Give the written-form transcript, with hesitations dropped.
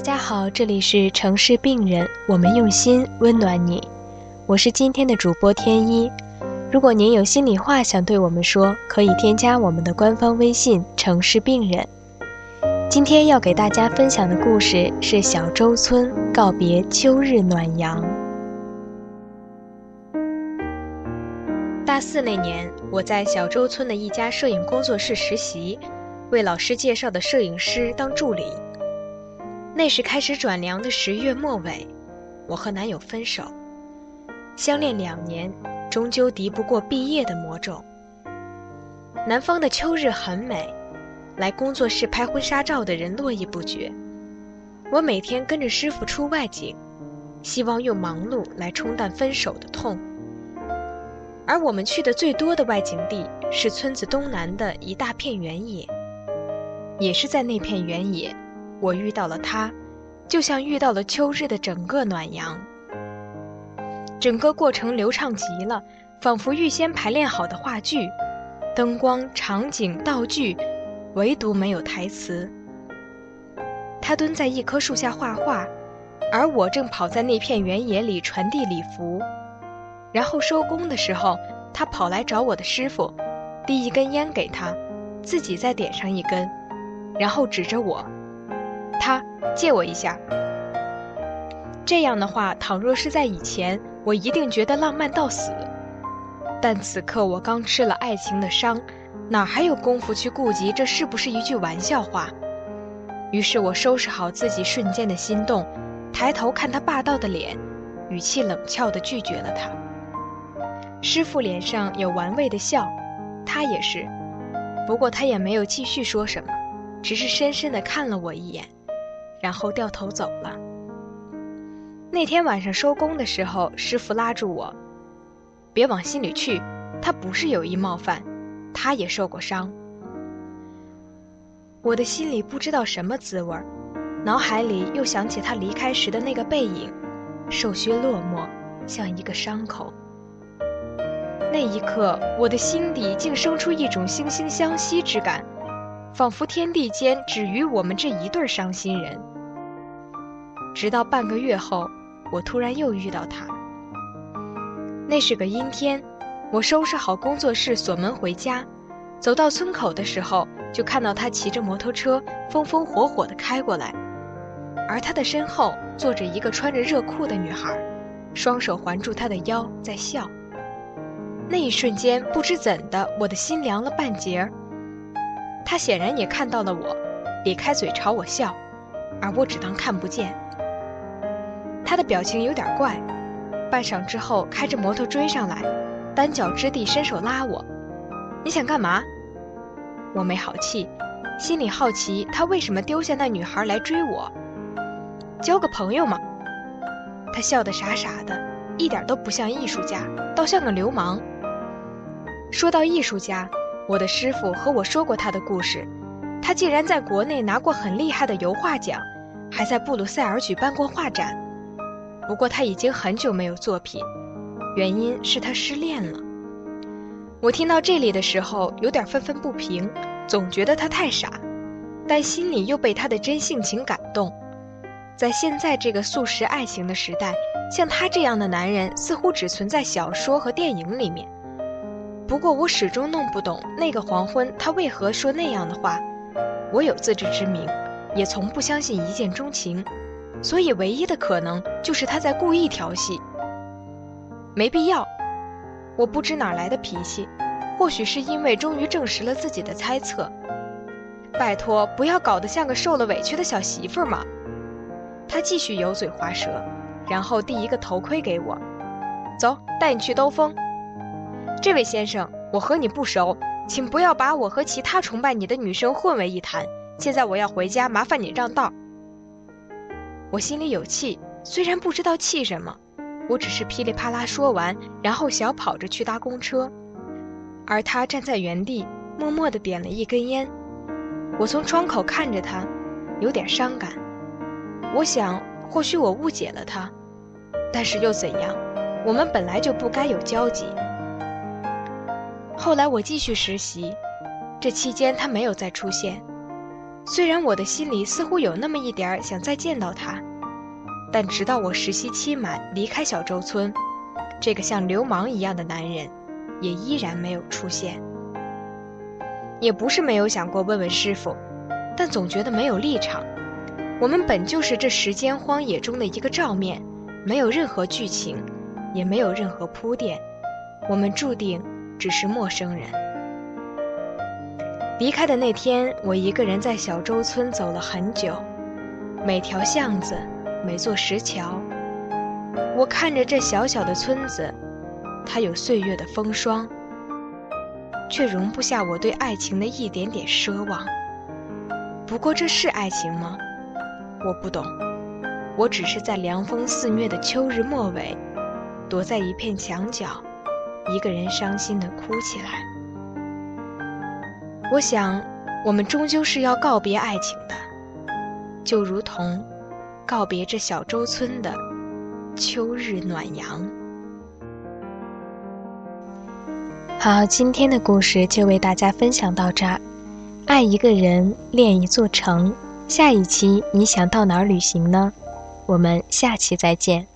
家好，这里是城市病人，我们用心温暖你。我是今天的主播天一。如果您有心里话想对我们说，可以添加我们的官方微信城市病人。今天要给大家分享的故事是小洲村告别秋日暖阳。大4那年，我在小洲村的一家摄影工作室实习，为老师介绍的摄影师当助理。那是开始转凉的10月末尾，我和男友分手。相恋2年，终究敌不过毕业的魔咒。南方的秋日很美，来工作室拍婚纱照的人络绎不绝。我每天跟着师傅出外景，希望用忙碌来冲淡分手的痛。而我们去的最多的外景地是村子东南的一大片原野。也是在那片原野，我遇到了他，就像遇到了秋日的整个暖阳。整个过程流畅极了，仿佛预先排练好的话剧，灯光、场景、道具，唯独没有台词。他蹲在一棵树下画画，而我正跑在那片原野里传递礼服。然后收工的时候，他跑来找我的师傅，递一根烟给他，自己再点上一根，然后指着我，他借我一下。这样的话，倘若是在以前，我一定觉得浪漫到死。但此刻我刚吃了爱情的伤，哪还有功夫去顾及这是不是一句玩笑话？于是我收拾好自己瞬间的心动，抬头看他霸道的脸，语气冷峭地拒绝了他。师傅脸上有玩味的笑，他也是，不过他也没有继续说什么，只是深深地看了我一眼，然后掉头走了。那天晚上收工的时候，师傅拉住我，别往心里去，他不是有意冒犯，他也受过伤。我的心里不知道什么滋味，脑海里又想起他离开时的那个背影，瘦削落寞，像一个伤口。那一刻，我的心底竟生出一种惺惺相惜之感，仿佛天地间只余我们这一对伤心人。直到半个月后，我突然又遇到他。那是个阴天，我收拾好工作室，锁门回家，走到村口的时候，就看到他骑着摩托车风风火火地开过来，而他的身后坐着一个穿着热裤的女孩，双手环住他的腰，在笑。那一瞬间，不知怎的，我的心凉了半截。他显然也看到了我，咧开嘴朝我笑，而我只当看不见。他的表情有点怪，半晌之后开着摩托追上来，单脚支地伸手拉我，你想干嘛？我没好气，心里好奇他为什么丢下那女孩来追我。交个朋友嘛。他笑得傻傻的，一点都不像艺术家，倒像个流氓。说到艺术家，我的师傅和我说过他的故事，他竟然在国内拿过很厉害的油画奖，还在布鲁塞尔举办过画展。不过他已经很久没有作品，原因是他失恋了。我听到这里的时候有点愤愤不平，总觉得他太傻，但心里又被他的真性情感动。在现在这个速食爱情的时代，像他这样的男人似乎只存在小说和电影里面。不过我始终弄不懂那个黄昏他为何说那样的话。我有自知之明，也从不相信一见钟情，所以唯一的可能就是他在故意调戏。没必要。我不知哪来的脾气，或许是因为终于证实了自己的猜测。拜托，不要搞得像个受了委屈的小媳妇嘛。他继续油嘴滑舌，然后递一个头盔给我，走，带你去兜风。这位先生，我和你不熟，请不要把我和其他崇拜你的女生混为一谈。现在我要回家，麻烦你让道。我心里有气，虽然不知道气什么，我只是噼里啪啦说完，然后小跑着去搭公车。而他站在原地，默默地点了一根烟。我从窗口看着他，有点伤感。我想，或许我误解了他，但是又怎样？我们本来就不该有交集。后来我继续实习，这期间他没有再出现。 虽然我的心里似乎有那么一点想再见到他，但直到我实习期满离开小洲村，这个像流氓一样的男人也依然没有出现。也不是没有想过问问师傅，但总觉得没有立场。我们本就是这时间荒野中的一个照面，没有任何剧情，也没有任何铺垫，我们注定只是陌生人。离开的那天，我一个人在小洲村走了很久，每条巷子，每座石桥，我看着这小小的村子，它有岁月的风霜，却容不下我对爱情的一点点奢望。不过这是爱情吗？我不懂，我只是在凉风肆虐的秋日末尾，躲在一片墙角，一个人伤心地哭起来。我想，我们终究是要告别爱情的，就如同告别这小洲村的秋日暖阳。好，今天的故事就为大家分享到这儿。爱一个人，恋一座城。下一期你想到哪儿旅行呢？我们下期再见。